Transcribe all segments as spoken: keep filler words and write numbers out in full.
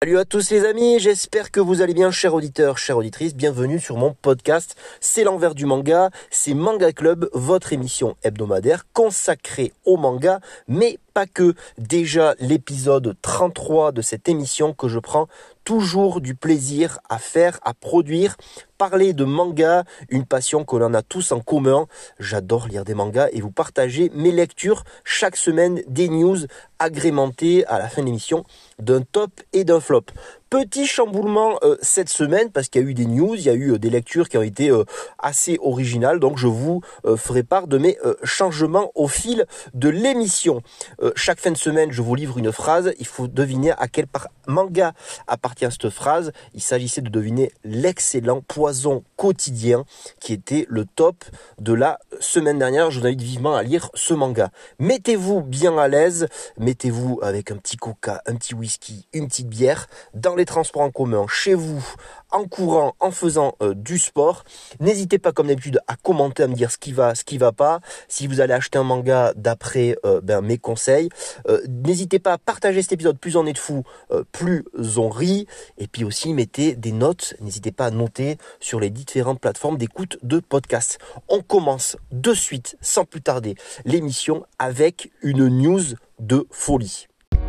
Salut à tous les amis, j'espère que vous allez bien, chers auditeurs, chères auditrices. Bienvenue sur mon podcast, c'est l'envers du manga, c'est Manga Club, votre émission hebdomadaire consacrée au manga, mais pas que. Déjà l'épisode trente-trois de cette émission que je prends toujours du plaisir à faire, à produire, parler de manga, une passion que l'on a tous en commun. J'adore lire des mangas et vous partager mes lectures chaque semaine, des news agrémentées à la fin de l'émission d'un top et d'un flop. Petit chamboulement euh, cette semaine parce qu'il y a eu des news, il y a eu euh, des lectures qui ont été euh, assez originales, donc je vous euh, ferai part de mes euh, changements au fil de l'émission. Euh, chaque fin de semaine, je vous livre une phrase, il faut deviner à quel par- manga appartient cette phrase. Il s'agissait de deviner l'excellent Poison quotidien qui était le top de la semaine dernière. Je vous invite vivement à lire ce manga. Mettez-vous bien à l'aise, mettez-vous avec un petit coca, un petit whisky, une petite bière, dans les transports en commun, chez vous, en courant, en faisant euh, du sport. N'hésitez pas comme d'habitude à commenter, à me dire ce qui va, ce qui va pas. Si vous allez acheter un manga d'après euh, ben, mes conseils, euh, n'hésitez pas à partager cet épisode. Plus on est de fous, euh, plus on rit. Et puis aussi mettez des notes. N'hésitez pas à noter sur les différentes plateformes d'écoute de podcasts. On commence de suite, sans plus tarder, l'émission avec une news de folie.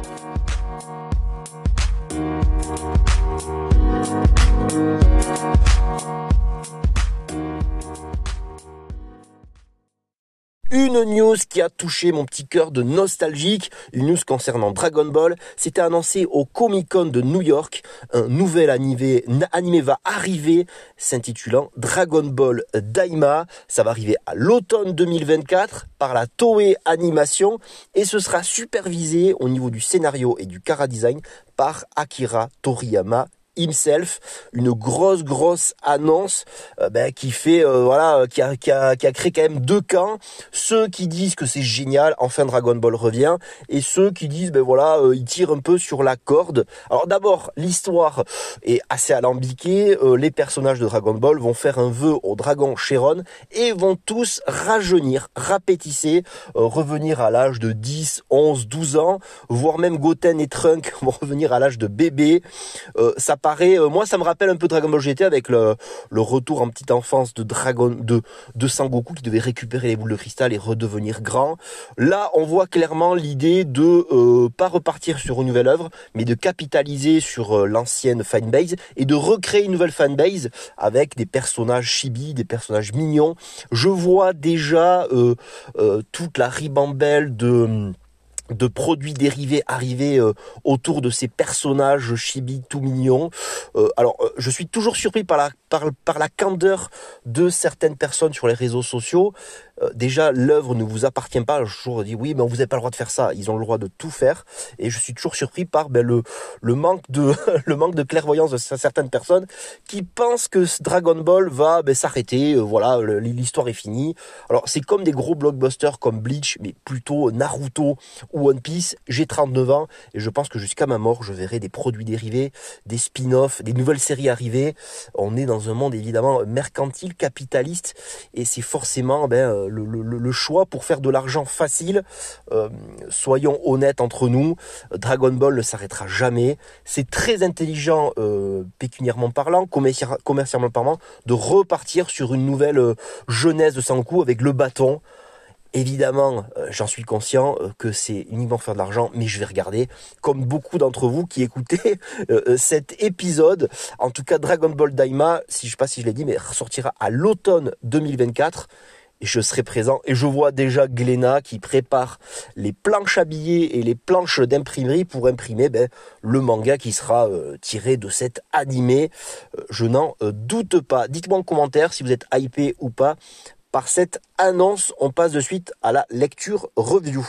Une news qui a touché mon petit cœur de nostalgique, une news concernant Dragon Ball. C'était annoncé au Comic-Con de New York. Un nouvel animé, animé va arriver, s'intitulant Dragon Ball Daima. Ça va arriver à l'automne deux mille vingt-quatre par la Toei Animation et ce sera supervisé au niveau du scénario et du chara-design par Akira Toriyama himself. Une grosse grosse annonce euh, ben, qui fait euh, voilà qui a, qui a qui a créé quand même deux camps, ceux qui disent que c'est génial, enfin Dragon Ball revient, et ceux qui disent ben voilà euh, ils tirent un peu sur la corde. Alors d'abord, l'histoire est assez alambiquée, euh, les personnages de Dragon Ball vont faire un vœu au dragon Shenron et vont tous rajeunir, rapetisser, euh, revenir à l'âge de dix, onze, douze ans, voire même Goten et Trunk vont revenir à l'âge de bébé. Euh, ça paraît, euh, moi ça me rappelle un peu Dragon Ball G T avec le, le retour en petite enfance de Dragon de, de Sangoku qui devait récupérer les boules de cristal et redevenir grand. Là on voit clairement l'idée de euh, pas repartir sur une nouvelle œuvre, mais de capitaliser sur euh, l'ancienne fanbase et de recréer une nouvelle fanbase avec des personnages chibi, des personnages mignons. Je vois déjà euh, euh, toute la ribambelle de de produits dérivés arrivés euh, autour de ces personnages chibi tout mignons. Euh, alors, euh, je suis toujours surpris par la, par, par la candeur de certaines personnes sur les réseaux sociaux. Euh, déjà, l'œuvre ne vous appartient pas. Je toujours dis oui, mais vous n'avez pas le droit de faire ça. Ils ont le droit de tout faire. Et je suis toujours surpris par ben, le, le, manque de, le manque de clairvoyance de certaines personnes qui pensent que Dragon Ball va ben, s'arrêter. Euh, voilà, le, l'histoire est finie. Alors, c'est comme des gros blockbusters comme Bleach, mais plutôt Naruto ou One Piece. J'ai trente-neuf ans et je pense que jusqu'à ma mort, je verrai des produits dérivés, des spin-offs, des nouvelles séries arriver. On est dans un monde évidemment mercantile, capitaliste, et c'est forcément ben, le, le, le choix pour faire de l'argent facile. Euh, soyons honnêtes entre nous, Dragon Ball ne s'arrêtera jamais. C'est très intelligent, euh, pécuniairement parlant, commerci- commercialement parlant, de repartir sur une nouvelle euh, jeunesse de Sangoku avec le bâton. Évidemment, euh, j'en suis conscient euh, que c'est uniquement faire de l'argent, mais je vais regarder, comme beaucoup d'entre vous qui écoutez euh, cet épisode. En tout cas, Dragon Ball Daima, si je sais pas si je l'ai dit, mais ressortira à l'automne deux mille vingt-quatre. Et je serai présent. Et je vois déjà Glénat qui prépare les planches à billets et les planches d'imprimerie pour imprimer ben, le manga qui sera euh, tiré de cet animé. Euh, je n'en euh, doute pas. Dites-moi en commentaire si vous êtes hypé ou pas par cette annonce. On passe de suite à la lecture review.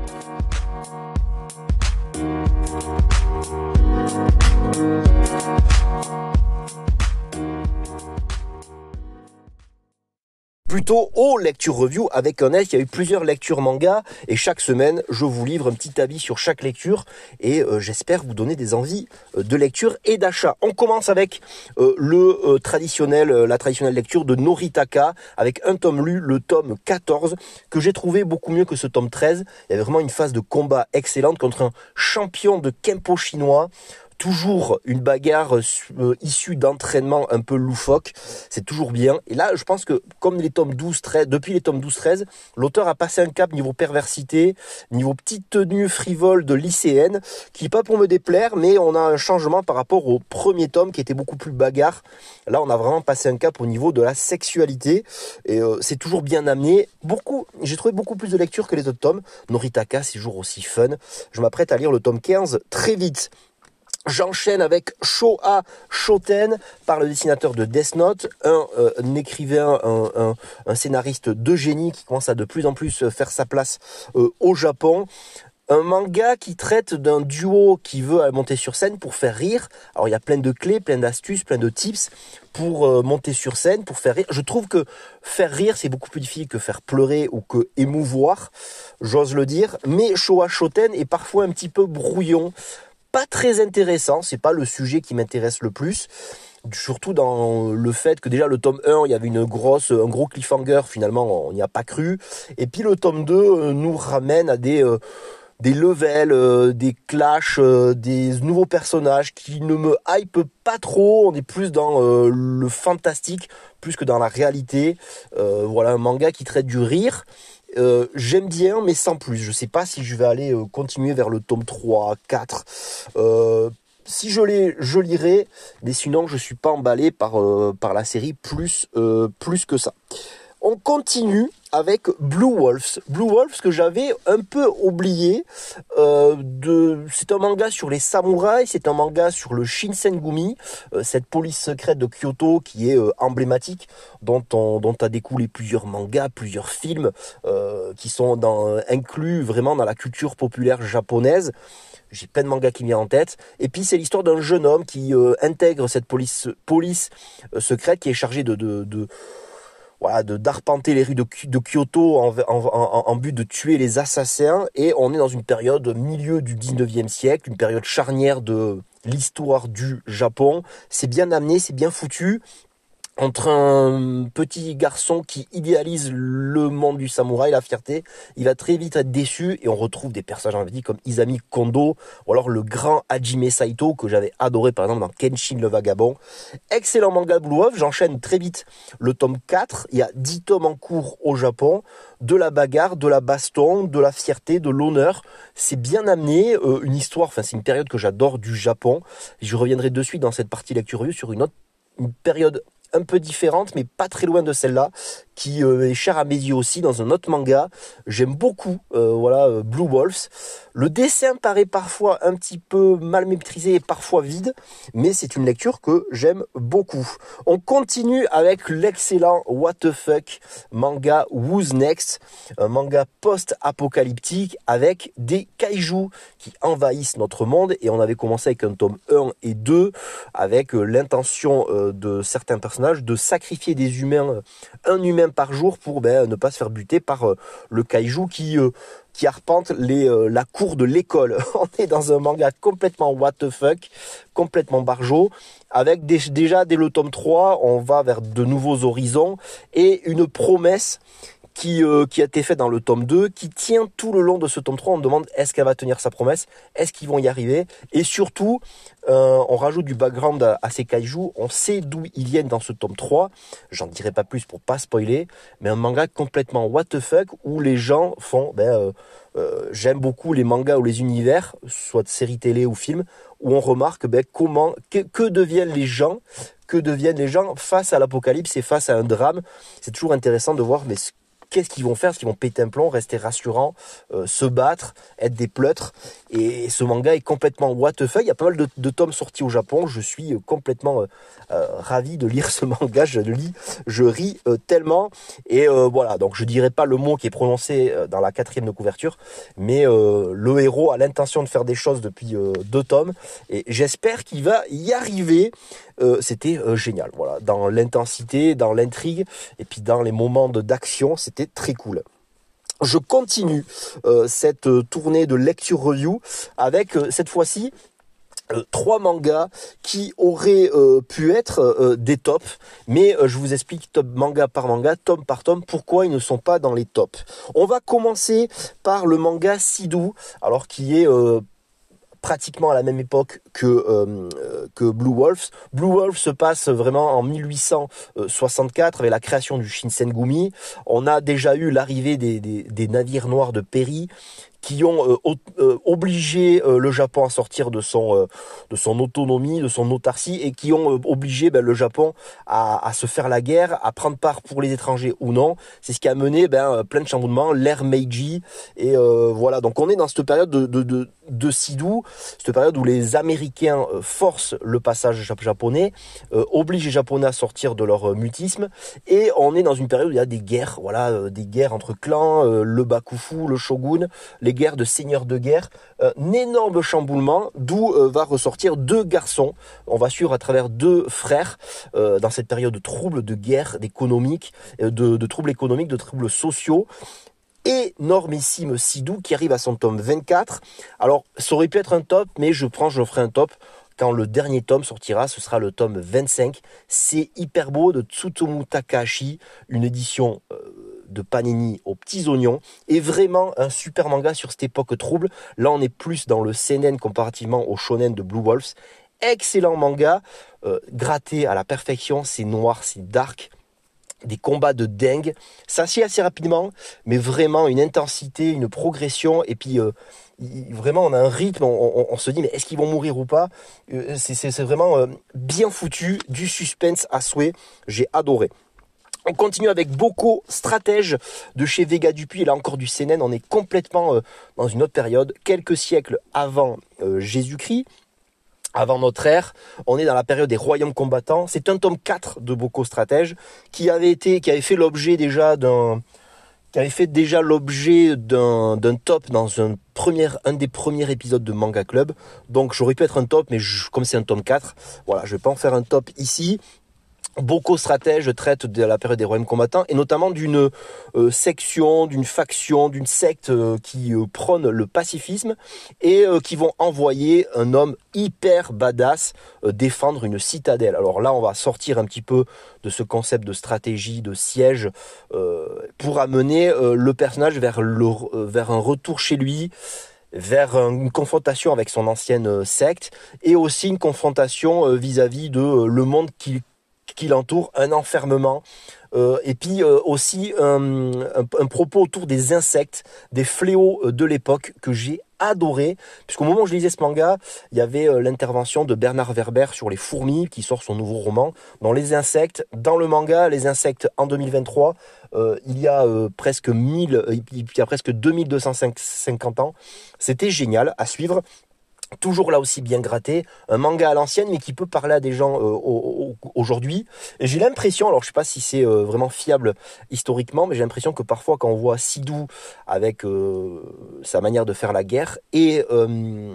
Plutôt aux lecture review avec un S. Il y a eu plusieurs lectures manga et chaque semaine, je vous livre un petit avis sur chaque lecture et euh, j'espère vous donner des envies euh, de lecture et d'achat. On commence avec euh, le euh, traditionnel, euh, la traditionnelle lecture de Noritaka avec un tome lu, le tome quatorze, que j'ai trouvé beaucoup mieux que ce tome treize. Il y avait vraiment une phase de combat excellente contre un champion de Kempo chinois. toujours une bagarre euh, issue d'entraînement un peu loufoque, c'est toujours bien. Et là, je pense que comme les tomes douze treize, depuis les tomes douze treize, l'auteur a passé un cap niveau perversité, niveau petite tenue frivole de lycéenne, qui n'est pas pour me déplaire, mais on a un changement par rapport au premier tome qui était beaucoup plus bagarre. Là, on a vraiment passé un cap au niveau de la sexualité, et euh, c'est toujours bien amené. Beaucoup, j'ai trouvé beaucoup plus de lecture que les autres tomes. Noritaka, c'est toujours aussi fun. Je m'apprête à lire le tome quinze très vite. J'enchaîne avec Showa Shoten par le dessinateur de Death Note, un, euh, un écrivain, un, un, un scénariste de génie qui commence à de plus en plus faire sa place euh, au Japon. Un manga qui traite d'un duo qui veut monter sur scène pour faire rire. Alors il y a plein de clés, plein d'astuces, plein de tips pour euh, monter sur scène, pour faire rire. Je trouve que faire rire, c'est beaucoup plus difficile que faire pleurer ou que émouvoir, j'ose le dire. Mais Showa Shoten est parfois un petit peu brouillon, pas très intéressant, c'est pas le sujet qui m'intéresse le plus. Surtout dans le fait que déjà le tome un, il y avait une grosse, un gros cliffhanger, finalement on n'y a pas cru. Et puis le tome deux euh, nous ramène à des... Euh, des levels, euh, des clashs, euh, des nouveaux personnages qui ne me hype pas trop. On est plus dans euh, le fantastique, plus que dans la réalité. Euh, voilà, un manga qui traite du rire. Euh, j'aime bien, mais sans plus. Je sais pas si je vais aller euh, continuer vers le tome trois, quatre. Euh, si je l'ai, je lirai, mais sinon je suis pas emballé par, euh, par la série plus, euh, plus que ça. On continue avec Blue Wolves. Blue Wolves que j'avais un peu oublié. Euh, de... C'est un manga sur les samouraïs, c'est un manga sur le Shinsengumi, euh, cette police secrète de Kyoto qui est euh, emblématique, dont on dont a découlé plusieurs mangas, plusieurs films euh, qui sont dans, inclus vraiment dans la culture populaire japonaise. J'ai plein de mangas qui me viennent en tête. Et puis c'est l'histoire d'un jeune homme qui euh, intègre cette police, police euh, secrète qui est chargée de... de, de Voilà, de d'arpenter les rues de, de Kyoto en, en, en, en but de tuer les assassins. Et on est dans une période milieu du dix-neuvième siècle, une période charnière de l'histoire du Japon. C'est bien amené, c'est bien foutu. Entre un petit garçon qui idéalise le monde du samouraï, la fierté, il va très vite être déçu et on retrouve des personnages envie comme Izami Kondo ou alors le grand Hajime Saito que j'avais adoré par exemple dans Kenshin le Vagabond. Excellent manga Blue Wolf, j'enchaîne très vite le tome quatre, il y a dix tomes en cours au Japon, de la bagarre, de la baston, de la fierté, de l'honneur, c'est bien amené, euh, une histoire, enfin c'est une période que j'adore du Japon, je reviendrai de suite dans cette partie lecture review sur une autre une période un peu différente, mais pas très loin de celle-là, qui euh, est chère à mes yeux aussi, dans un autre manga. J'aime beaucoup, euh, voilà, euh, Blue Wolves. Le dessin paraît parfois un petit peu mal maîtrisé et parfois vide, mais c'est une lecture que j'aime beaucoup. On continue avec l'excellent What the Fuck manga Who's Next, un manga post-apocalyptique avec des kaijus qui envahissent notre monde, et on avait commencé avec un tome un et deux, avec euh, l'intention euh, de certains personnages de sacrifier des humains, un humain par jour pour ben, ne pas se faire buter par euh, le kaiju qui, euh, qui arpente les, euh, la cour de l'école. On est dans un manga complètement what the fuck, complètement barjot, avec des, déjà dès le tome trois, on va vers de nouveaux horizons et une promesse qui, euh, qui a été faite dans le tome deux, qui tient tout le long de ce tome trois. On me demande est-ce qu'elle va tenir sa promesse, est-ce qu'ils vont y arriver, et surtout euh, on rajoute du background à, à ces kaijus, on sait d'où ils viennent dans ce tome trois, j'en dirai pas plus pour pas spoiler, mais un manga complètement what the fuck où les gens font, ben, euh, euh, j'aime beaucoup les mangas ou les univers, soit de séries télé ou films, où on remarque ben, comment, que, que deviennent les gens, que deviennent les gens face à l'apocalypse et face à un drame. C'est toujours intéressant de voir mais qu'est-ce qu'ils vont faire? Est-ce qu'ils vont péter un plomb, rester rassurants, euh, se battre, être des pleutres? Et ce manga est complètement what the fuck. Il y a pas mal de, de tomes sortis au Japon. Je suis complètement euh, euh, ravi de lire ce manga. Je le lis, je ris euh, tellement. Et euh, voilà, donc je dirais pas le mot qui est prononcé euh, dans la quatrième de couverture, mais euh, le héros a l'intention de faire des choses depuis euh, deux tomes. Et j'espère qu'il va y arriver. Euh, c'était euh, génial. Voilà, dans l'intensité, dans l'intrigue, et puis dans les moments de, d'action, c'était très cool. Je continue euh, cette euh, tournée de lecture review avec euh, cette fois-ci euh, trois mangas qui auraient euh, pu être euh, des tops, mais euh, je vous explique top manga par manga, tome par tome, pourquoi ils ne sont pas dans les tops. On va commencer par le manga Sidou, alors qui est euh, pratiquement à la même époque que euh, que Blue Wolves. Blue Wolves se passe vraiment en mille huit cent soixante-quatre avec la création du Shinsengumi. On a déjà eu l'arrivée des, des, des navires noirs de Perry qui ont euh, euh, obligé euh, le Japon à sortir de son euh, de son autonomie, de son autarcie, et qui ont euh, obligé ben, le Japon à, à se faire la guerre, à prendre part pour les étrangers ou non. C'est ce qui a mené ben, plein de chamboulements, l'ère Meiji, et euh, voilà. Donc on est dans cette période de de de, de Sidou, cette période où les Américains euh, forcent le passage japonais, euh, obligent les Japonais à sortir de leur euh, mutisme, et on est dans une période où il y a des guerres, voilà, euh, des guerres entre clans, euh, le Bakufu, le Shogun, les guerres de seigneurs de guerre, un énorme chamboulement d'où euh, va ressortir deux garçons. On va suivre à travers deux frères euh, dans cette période de troubles, de guerre, d'économique, euh, de, de troubles économiques, de troubles sociaux. Énormissime Sidou qui arrive à son tome vingt-quatre. Alors ça aurait pu être un top, mais je prends, je ferai un top quand le dernier tome sortira, ce sera le tome vingt-cinq. C'est hyper beau, de Tsutomu Takahashi, une édition euh, de Panini aux petits oignons, et vraiment un super manga sur cette époque trouble. Là on est plus dans le seinen comparativement au shonen de Blue Wolves. Excellent manga, euh, gratté à la perfection, c'est noir, c'est dark, des combats de dingue, ça s'y assez rapidement, mais vraiment une intensité, une progression, et puis euh, il, vraiment on a un rythme, on, on, on se dit mais est-ce qu'ils vont mourir ou pas, euh, c'est, c'est, c'est vraiment euh, bien foutu, du suspense à souhait, j'ai adoré. On continue avec Boko Stratège de chez Vega Dupuis, et là encore du seinen, on est complètement euh, dans une autre période, quelques siècles avant euh, Jésus-Christ, avant notre ère. On est dans la période des royaumes combattants. C'est un tome quatre de Boko Stratège qui avait été, qui avait fait l'objet déjà d'un, qui avait fait déjà l'objet d'un, d'un top dans un premier, un des premiers épisodes de Manga Club. Donc j'aurais pu être un top, mais je, comme c'est un tome quatre, voilà, je vais pas en faire un top ici. Boko Stratège traite de la période des royaumes combattants, et notamment d'une euh, section, d'une faction, d'une secte euh, qui euh, prône le pacifisme, et euh, qui vont envoyer un homme hyper badass euh, défendre une citadelle. Alors là on va sortir un petit peu de ce concept de stratégie, de siège, euh, pour amener euh, le personnage vers, le, euh, vers un retour chez lui, vers une confrontation avec son ancienne secte, et aussi une confrontation euh, vis-à-vis de euh, le monde qu'il qui l'entoure, un enfermement, euh, et puis euh, aussi un, un, un propos autour des insectes, des fléaux de l'époque que j'ai adoré, puisqu'au moment où je lisais ce manga, il y avait euh, l'intervention de Bernard Werber sur les fourmis, qui sort son nouveau roman. Dans les insectes, dans le manga, les insectes en deux mille vingt-trois, euh, il y a euh, presque mille, il y a presque deux mille deux cent cinquante ans. C'était génial à suivre. Toujours là aussi bien gratté, un manga à l'ancienne mais qui peut parler à des gens euh, aujourd'hui. Et j'ai l'impression, alors je sais pas si c'est euh, vraiment fiable historiquement, mais j'ai l'impression que parfois quand on voit Sidou avec euh, sa manière de faire la guerre, et euh,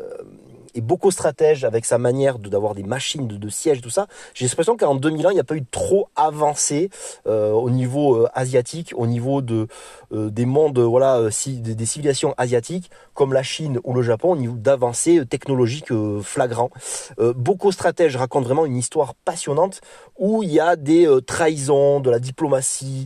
et Boko Stratège avec sa manière de, d'avoir des machines de, de siège, tout ça, j'ai l'impression qu'en deux mille un, il n'y a pas eu trop avancé euh, au niveau euh, asiatique, au niveau de euh, des mondes, voilà, euh, si, des, des civilisations asiatiques comme la Chine ou le Japon, au niveau d'avancée technologique euh, flagrant. Euh, Boko Stratège raconte vraiment une histoire passionnante où il y a des euh, trahisons, de la diplomatie,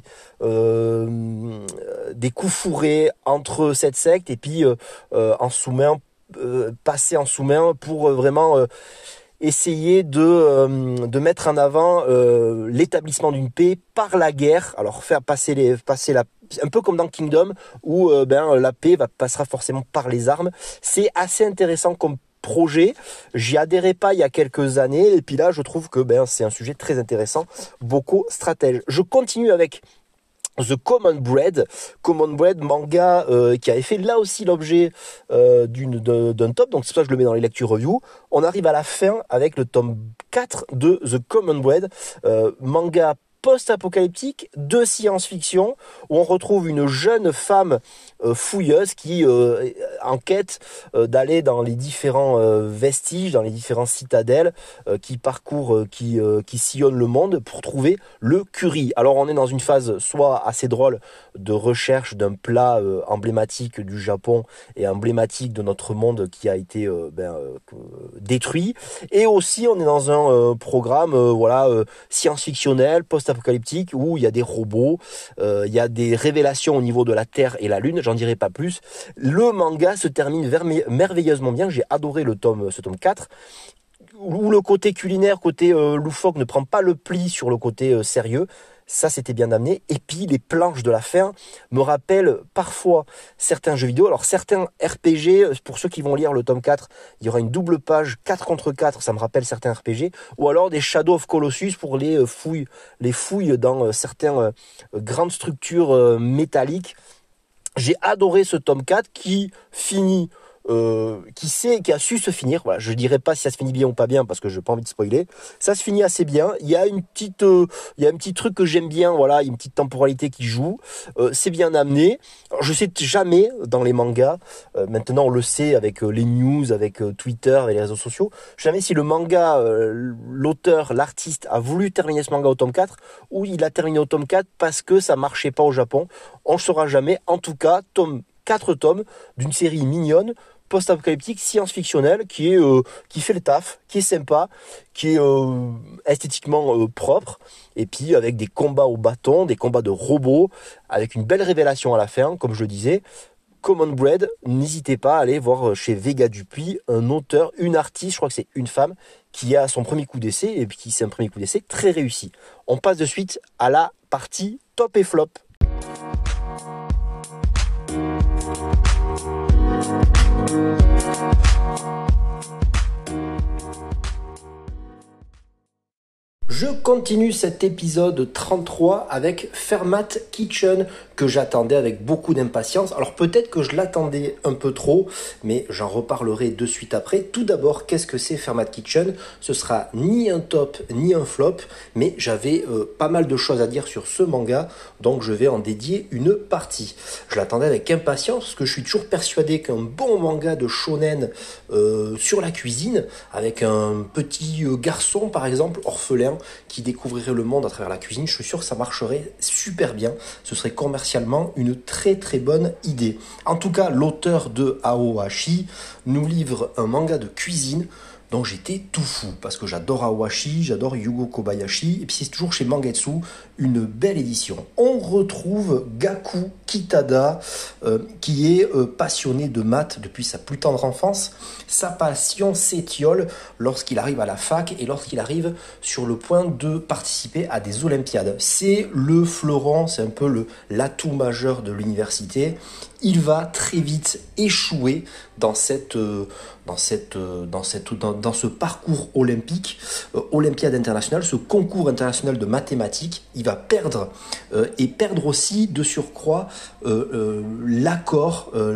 euh, des coups fourrés entre cette secte et puis euh, euh, en sous-main, Euh, passer en sous-main pour euh, vraiment euh, essayer de, euh, de mettre en avant euh, l'établissement d'une paix par la guerre. Alors faire passer les passer la un peu comme dans Kingdom où euh, ben la paix va passera forcément par les armes. C'est assez intéressant comme projet. J'y adhérais pas il y a quelques années, et puis là je trouve que ben c'est un sujet très intéressant. Boko Stratège. Je continue avec The Common Bread, Common Bread, manga euh, qui avait fait là aussi l'objet euh, d'une, d'un, d'un top, donc c'est pour ça que je le mets dans les lectures review. On arrive à la fin avec le tome quatre de The Common Bread, euh, manga post-apocalyptique de science-fiction où on retrouve une jeune femme euh, fouilleuse qui euh, enquête euh, d'aller dans les différents euh, vestiges, dans les différents citadelles euh, qui parcourent, euh, qui, euh, qui sillonnent le monde pour trouver le curry. Alors on est dans une phase soit assez drôle de recherche d'un plat euh, emblématique du Japon et emblématique de notre monde qui a été euh, ben, euh, détruit, et aussi on est dans un euh, programme euh, voilà euh, science-fictionnel, post post-apocalyptique où il y a des robots, euh, il y a des révélations au niveau de la Terre et la Lune, j'en dirai pas plus. Le manga se termine verme- merveilleusement bien, j'ai adoré le tome, ce tome quatre, où le côté culinaire, côté euh, loufoque ne prend pas le pli sur le côté euh, sérieux. Ça, c'était bien amené. Et puis, les planches de la fin me rappellent parfois certains jeux vidéo. Alors, certains R P G, pour ceux qui vont lire le tome quatre, il y aura une double page quatre contre quatre, ça me rappelle certains R P G. Ou alors des Shadow of Colossus pour les euh, fouilles, les fouilles dans euh, certaines euh, grandes structures euh, métalliques. J'ai adoré ce tome quatre qui finit... Euh, qui sait, qui a su se finir. Voilà, je dirais pas si ça se finit bien ou pas bien parce que je n'ai pas envie de spoiler. Ça se finit assez bien. Il y a une petite, euh, il y a un petit truc que j'aime bien. Voilà, il y a une petite temporalité qui joue. Euh, c'est bien amené. Alors, je sais jamais dans les mangas. Euh, maintenant, on le sait avec euh, les news, avec euh, Twitter, avec les réseaux sociaux. Jamais si le manga, euh, l'auteur, l'artiste a voulu terminer ce manga au tome quatre ou il a terminé au tome quatre parce que ça marchait pas au Japon. On le saura jamais. En tout cas, tome quatre tomes d'une série mignonne, post-apocalyptique, science-fictionnelle, qui est euh, qui fait le taf, qui est sympa, qui est euh, esthétiquement euh, propre, et puis avec des combats au bâton, des combats de robots, avec une belle révélation à la fin, comme je le disais. Common Bread, n'hésitez pas à aller voir chez Vega Dupuis, un auteur, une artiste, je crois que c'est une femme, qui a son premier coup d'essai, et puis qui c'est un premier coup d'essai très réussi. On passe de suite à la partie top et flop. Je continue cet épisode trente-trois avec Fermat Kitchen que j'attendais avec beaucoup d'impatience. Alors peut-être que je l'attendais un peu trop, mais j'en reparlerai de suite après. Tout d'abord, qu'est-ce que c'est Fermat Kitchen ? Ce sera ni un top ni un flop, mais j'avais euh, pas mal de choses à dire sur ce manga, donc je vais en dédier une partie. Je l'attendais avec impatience parce que je suis toujours persuadé qu'un bon manga de shonen euh, sur la cuisine, avec un petit euh, garçon par exemple, orphelin, qui découvrirait le monde à travers la cuisine, je suis sûr que ça marcherait super bien. Ce serait commercialement une très très bonne idée. En tout cas, l'auteur de Aohashi nous livre un manga de cuisine dont j'étais tout fou, parce que j'adore Aohashi, j'adore Yugo Kobayashi, et puis c'est toujours chez Mangetsu, une belle édition. On retrouve Gaku Kitada, euh, qui est euh, passionné de maths depuis sa plus tendre enfance. Sa passion s'étiole lorsqu'il arrive à la fac et lorsqu'il arrive sur le point de participer à des Olympiades. C'est le fleuron, c'est un peu le, l'atout majeur de l'université. Il va très vite échouer dans cette, euh, dans cette, euh, dans cette, dans, dans ce parcours olympique, euh, Olympiade internationale, ce concours international de mathématiques. Il va perdre euh, et perdre aussi de surcroît euh, euh, l'accord, euh,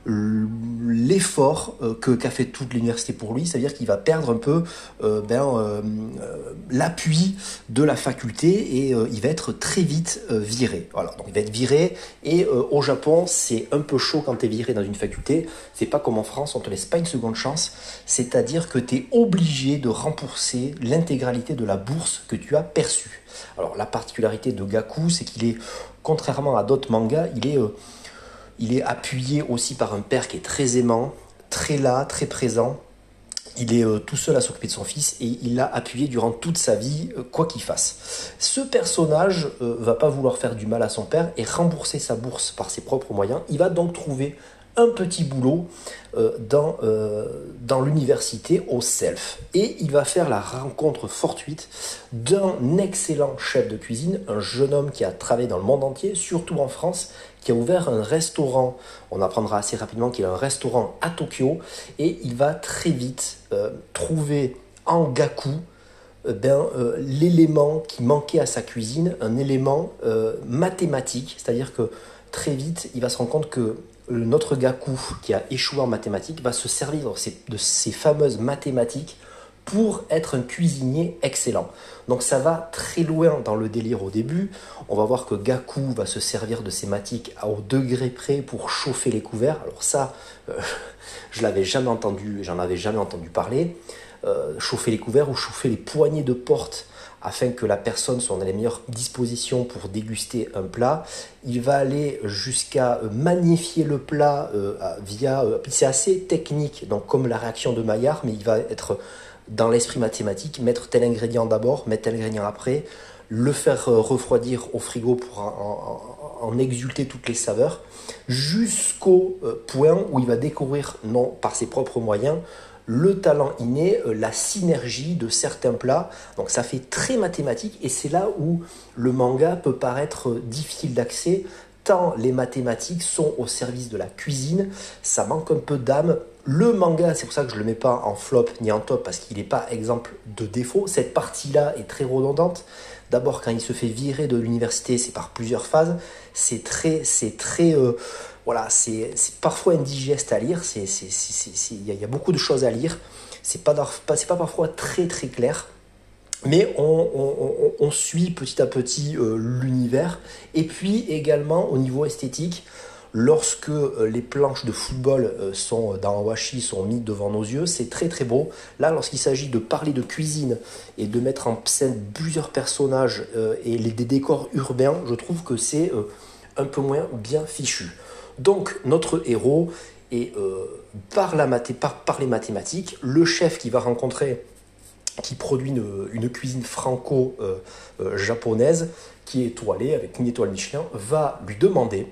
l'effort euh, que qu'a fait toute l'université pour lui, c'est-à-dire qu'il va perdre un peu euh, ben, euh, euh, l'appui de la faculté et euh, il va être très vite euh, viré. Voilà, donc il va être viré et euh, au Japon c'est un peu chaud quand tu es viré dans une faculté, c'est pas comme en France, on te laisse pas une seconde chance, c'est-à-dire que tu es obligé de rembourser l'intégralité de la bourse que tu as perçue. Alors la particularité de Gaku, c'est qu'il est, contrairement à d'autres mangas, il est... Euh, Il est appuyé aussi par un père qui est très aimant, très là, très présent. Il est euh, tout seul à s'occuper de son fils et il l'a appuyé durant toute sa vie, euh, quoi qu'il fasse. Ce personnage euh, va pas vouloir faire du mal à son père et rembourser sa bourse par ses propres moyens. Il va donc trouver un petit boulot euh, dans, euh, dans l'université au self. Et il va faire la rencontre fortuite d'un excellent chef de cuisine, un jeune homme qui a travaillé dans le monde entier, surtout en France, qui a ouvert un restaurant. On apprendra assez rapidement qu'il a un restaurant à Tokyo et il va très vite euh, trouver en Gaku euh, ben, euh, l'élément qui manquait à sa cuisine, un élément euh, mathématique, c'est-à-dire que très vite, il va se rendre compte que notre Gaku, qui a échoué en mathématiques, va se servir de ces, de ces fameuses mathématiques pour être un cuisinier excellent. Donc ça va très loin dans le délire au début. On va voir que Gaku va se servir de ces mathématiques au degré près pour chauffer les couverts. Alors ça, euh, je l'avais jamais entendu, j'en avais jamais entendu parler. Euh, chauffer les couverts ou chauffer les poignées de porte afin que la personne soit dans les meilleures dispositions pour déguster un plat. Il va aller jusqu'à magnifier le plat euh, via... Euh, c'est assez technique, donc comme la réaction de Maillard, mais il va être dans l'esprit mathématique, mettre tel ingrédient d'abord, mettre tel ingrédient après, le faire euh, refroidir au frigo pour en, en, en exulter toutes les saveurs, jusqu'au euh, point où il va découvrir, non par ses propres moyens, le talent inné, euh, la synergie de certains plats. Donc ça fait très mathématique et c'est là où le manga peut paraître euh, difficile d'accès, tant les mathématiques sont au service de la cuisine, ça manque un peu d'âme. Le manga, c'est pour ça que je ne le mets pas en flop ni en top, parce qu'il n'est pas exemple de défaut. Cette partie-là est très redondante. D'abord, quand il se fait virer de l'université, c'est par plusieurs phases. C'est très, c'est très, euh, voilà, c'est, c'est parfois indigeste à lire. C'est, c'est, c'est, c'est, c'est, il y a beaucoup de choses à lire. C'est pas, c'est pas parfois très très clair. Mais on, on, on, on suit petit à petit euh, l'univers. Et puis également au niveau esthétique, lorsque euh, les planches de football euh, sont dans Awashi sont mises devant nos yeux, c'est très très beau. Là, lorsqu'il s'agit de parler de cuisine et de mettre en scène plusieurs personnages euh, et les, des décors urbains, je trouve que c'est euh, un peu moins bien fichu. Donc notre héros est euh, par, la mathé- par, par les mathématiques, le chef qui va rencontrer, qui produit une, une cuisine franco-japonaise, euh, euh, qui est étoilée avec une étoile Michelin, va lui demander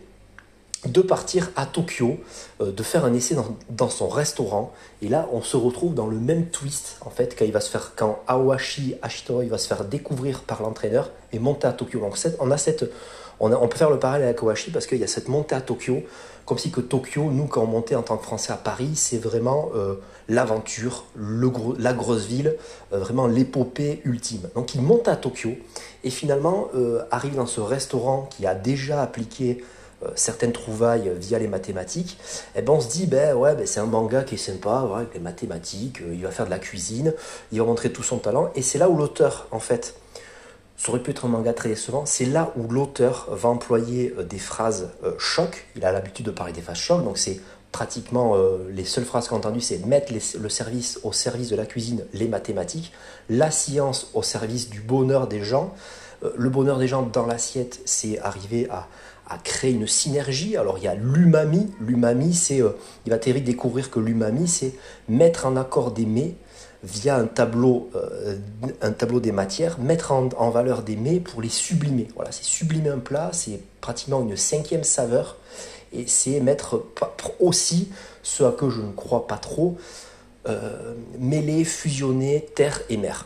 de partir à Tokyo, euh, de faire un essai dans, dans son restaurant. Et là, on se retrouve dans le même twist, en fait, quand il va se faire, quand Awashi Ashitoro il va se faire découvrir par l'entraîneur et monter à Tokyo. Donc, on a cette, on, a, on peut faire le parallèle avec Awashi parce qu'il y a cette montée à Tokyo, comme si que Tokyo, nous, quand on montait en tant que Français à Paris, c'est vraiment euh, l'aventure, le gros, la grosse ville, euh, vraiment l'épopée ultime. Donc, il monte à Tokyo et finalement euh, arrive dans ce restaurant qui a déjà appliqué certaines trouvailles via les mathématiques, et ben on se dit ben ouais ben c'est un manga qui est sympa, ouais, avec les mathématiques, il va faire de la cuisine, il va montrer tout son talent, et c'est là où l'auteur, en fait, ça aurait pu être un manga très décevant, c'est là où l'auteur va employer des phrases euh, choc. Il a l'habitude de parler des phrases choc, donc c'est pratiquement euh, les seules phrases qu'on a entendues, c'est mettre les, le service au service de la cuisine, les mathématiques, la science au service du bonheur des gens. Euh, le bonheur des gens dans l'assiette, c'est arriver à à créer une synergie. Alors il y a l'umami, l'umami c'est, euh, il va très vite découvrir que l'umami c'est mettre en accord des mets via un tableau, euh, un tableau des matières, mettre en, en valeur des mets pour les sublimer. Voilà, c'est sublimer un plat, c'est pratiquement une cinquième saveur, et c'est mettre aussi ce à quoi je ne crois pas trop, euh, mêler, fusionner terre et mer.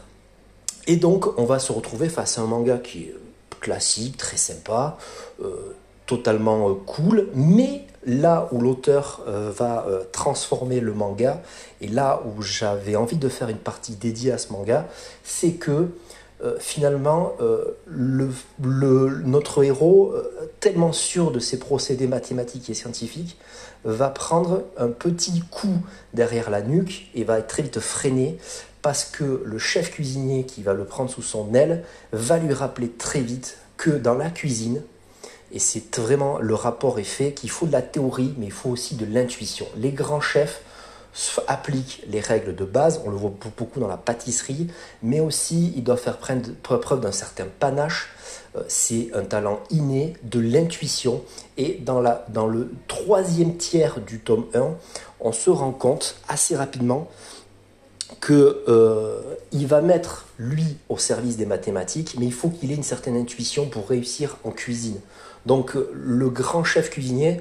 Et donc on va se retrouver face à un manga qui est classique, très sympa, euh, totalement euh, cool, mais là où l'auteur euh, va euh, transformer le manga, et là où j'avais envie de faire une partie dédiée à ce manga, c'est que euh, finalement euh, le, le, notre héros, euh, tellement sûr de ses procédés mathématiques et scientifiques, va prendre un petit coup derrière la nuque et va être très vite freiné, parce que le chef cuisinier qui va le prendre sous son aile va lui rappeler très vite que dans la cuisine, et c'est vraiment, le rapport est fait, qu'il faut de la théorie, mais il faut aussi de l'intuition. Les grands chefs appliquent les règles de base, on le voit beaucoup dans la pâtisserie, mais aussi ils doivent faire preuve d'un certain panache, c'est un talent inné, de l'intuition, et dans, la, dans le troisième tiers du tome un, on se rend compte assez rapidement qu'il euh, va mettre, lui, au service des mathématiques, mais il faut qu'il ait une certaine intuition pour réussir en cuisine. Donc le grand chef cuisinier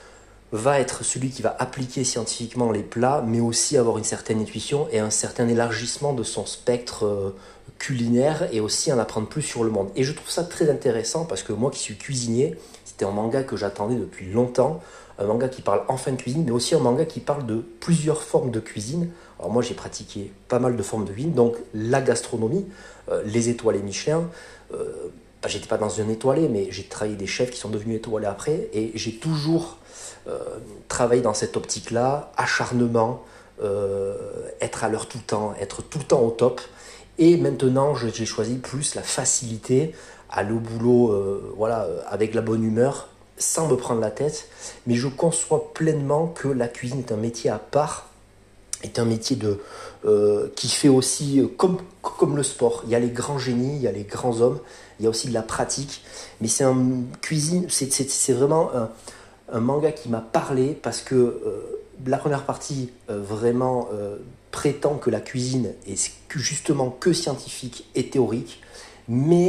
va être celui qui va appliquer scientifiquement les plats, mais aussi avoir une certaine intuition et un certain élargissement de son spectre euh, culinaire, et aussi en apprendre plus sur le monde. Et je trouve ça très intéressant, parce que moi qui suis cuisinier, c'était un manga que j'attendais depuis longtemps, un manga qui parle enfin de cuisine, mais aussi un manga qui parle de plusieurs formes de cuisine. Alors moi j'ai pratiqué pas mal de formes de cuisine, donc la gastronomie, euh, les étoilés Michelin, euh, bah, j'étais pas dans un étoilé, mais j'ai travaillé des chefs qui sont devenus étoilés après, et j'ai toujours euh, travaillé dans cette optique-là, acharnement, euh, être à l'heure tout le temps, être tout le temps au top. Et maintenant j'ai choisi plus la facilité, aller au boulot euh, voilà, avec la bonne humeur, sans me prendre la tête, mais je conçois pleinement que la cuisine est un métier à part, est un métier de, euh, qui fait aussi, euh, comme, comme le sport, il y a les grands génies, il y a les grands hommes, il y a aussi de la pratique, mais c'est un cuisine, c'est, c'est, c'est vraiment un, un manga qui m'a parlé, parce que euh, la première partie euh, vraiment euh, prétend que la cuisine est justement que scientifique et théorique, mais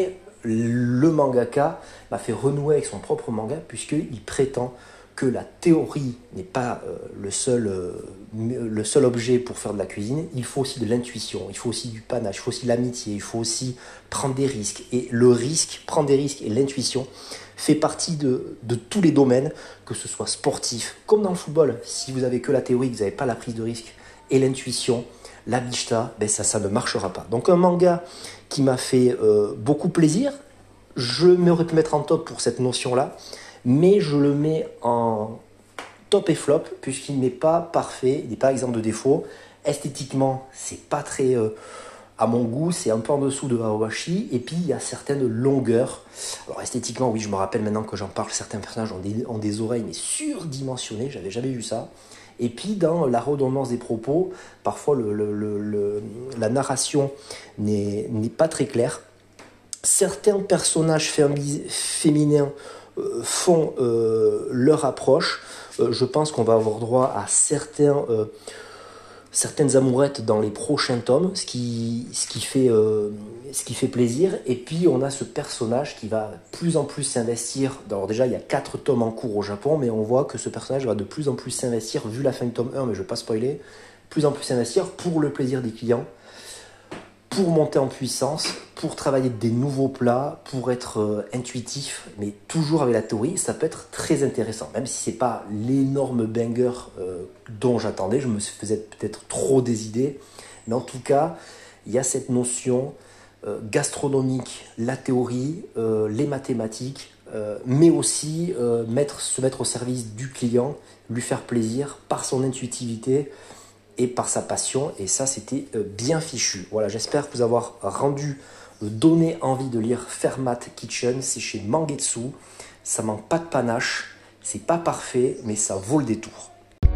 le mangaka m'a fait renouer avec son propre manga puisqu'il prétend que la théorie n'est pas euh, le, seul, euh, le seul objet pour faire de la cuisine. Il faut aussi de l'intuition, il faut aussi du panache, il faut aussi de l'amitié, il faut aussi prendre des risques. Et le risque, prendre des risques et l'intuition fait partie de, de tous les domaines, que ce soit sportif, comme dans le football. Si vous avez que la théorie, vous n'avez pas la prise de risque et l'intuition, la bichta, ben ça, ça ne marchera pas. Donc un manga qui m'a fait euh, beaucoup plaisir, je m'aurais pu mettre en top pour cette notion-là, mais je le mets en top et flop puisqu'il n'est pas parfait, il n'est pas exempt de défaut. Esthétiquement, c'est pas très euh, à mon goût, c'est un peu en dessous de Aowashi, et puis il y a certaines longueurs. Alors esthétiquement, oui, je me rappelle maintenant que j'en parle, certains personnages ont des, ont des oreilles mais surdimensionnées, j'avais jamais vu ça. Et puis dans la redondance des propos, parfois le, le, le, le, la narration n'est, n'est pas très claire. Certains personnages féminins euh, font euh, leur approche. Euh, je pense qu'on va avoir droit à certains, euh, certaines amourettes dans les prochains tomes, ce qui, ce, qui fait, euh, ce qui fait plaisir. Et puis on a ce personnage qui va de plus en plus s'investir. Alors déjà il y a quatre tomes en cours au Japon, mais on voit que ce personnage va de plus en plus s'investir, vu la fin du tome un, mais je ne vais pas spoiler, de plus en plus s'investir pour le plaisir des clients, pour monter en puissance, pour travailler des nouveaux plats, pour être euh, intuitif, mais toujours avec la théorie, ça peut être très intéressant. Même si ce n'est pas l'énorme banger euh, dont j'attendais, je me faisais peut-être trop des idées, mais en tout cas, il y a cette notion euh, gastronomique, la théorie, euh, les mathématiques, euh, mais aussi euh, mettre, se mettre au service du client, lui faire plaisir par son intuitivité, et par sa passion, et ça c'était bien fichu. Voilà, j'espère vous avoir rendu, donné envie de lire Fermat Kitchen, c'est chez Mangetsu, ça manque pas de panache, c'est pas parfait, mais ça vaut le détour.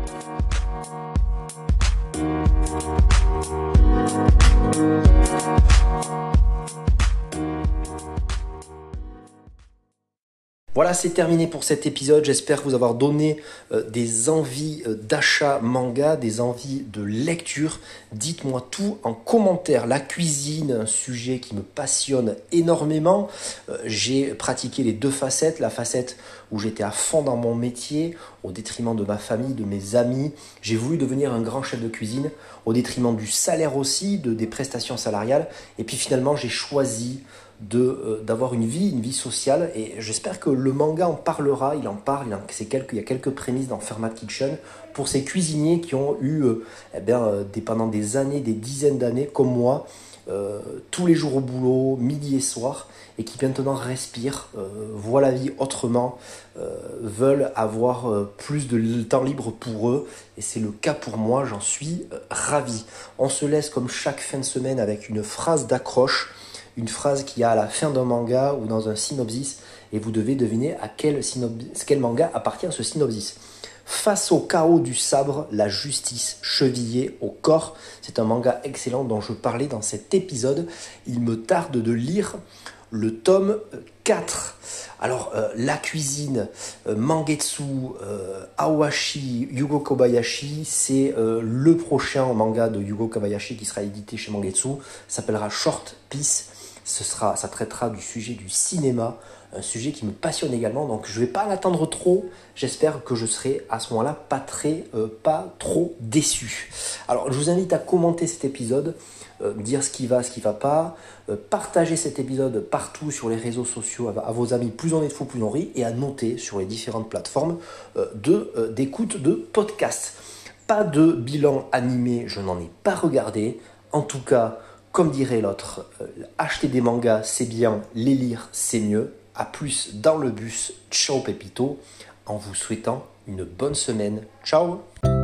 Voilà, c'est terminé pour cet épisode. J'espère vous avoir donné euh, des envies euh, d'achat manga, des envies de lecture. Dites-moi tout en commentaire. La cuisine, un sujet qui me passionne énormément. Euh, j'ai pratiqué les deux facettes. La facette où j'étais à fond dans mon métier, au détriment de ma famille, de mes amis. J'ai voulu devenir un grand chef de cuisine, au détriment du salaire aussi, de, des prestations salariales. Et puis finalement, j'ai choisi de euh, d'avoir une vie, une vie sociale, et j'espère que le manga en parlera, il en parle, il, en, c'est quelques, il y a quelques prémices dans Fermat Kitchen pour ces cuisiniers qui ont eu, euh, eh bien, euh, des, pendant des années, des dizaines d'années, comme moi, euh, tous les jours au boulot, midi et soir, et qui maintenant respirent, euh, voient la vie autrement, euh, veulent avoir euh, plus de temps libre pour eux, et c'est le cas pour moi, j'en suis euh, ravi. On se laisse comme chaque fin de semaine avec une phrase d'accroche, une phrase qu'il y a à la fin d'un manga ou dans un synopsis, et vous devez deviner à quel, synopsis, quel manga appartient ce synopsis. Face au chaos du sabre, la justice chevillée au corps. C'est un manga excellent dont je parlais dans cet épisode. Il me tarde de lire le tome quatre. Alors, euh, la cuisine, euh, Mangetsu, euh, Aowashi, Yugo Kobayashi, c'est euh, le prochain manga de Yugo Kobayashi qui sera édité chez Mangetsu. Ça s'appellera Short Piece. Ce sera, ça traitera du sujet du cinéma, un sujet qui me passionne également, donc je ne vais pas l'attendre trop. J'espère que je serai à ce moment-là pas, très, euh, pas trop déçu. Alors je vous invite à commenter cet épisode, euh, dire ce qui va, ce qui ne va pas, euh, partager cet épisode partout sur les réseaux sociaux à, à vos amis, plus on est de fous, plus on rit, et à noter sur les différentes plateformes euh, de, euh, d'écoute de podcasts. Pas de bilan animé, je n'en ai pas regardé, en tout cas. Comme dirait l'autre, euh, acheter des mangas c'est bien, les lire c'est mieux. A plus dans le bus, ciao Pépito, en vous souhaitant une bonne semaine. Ciao.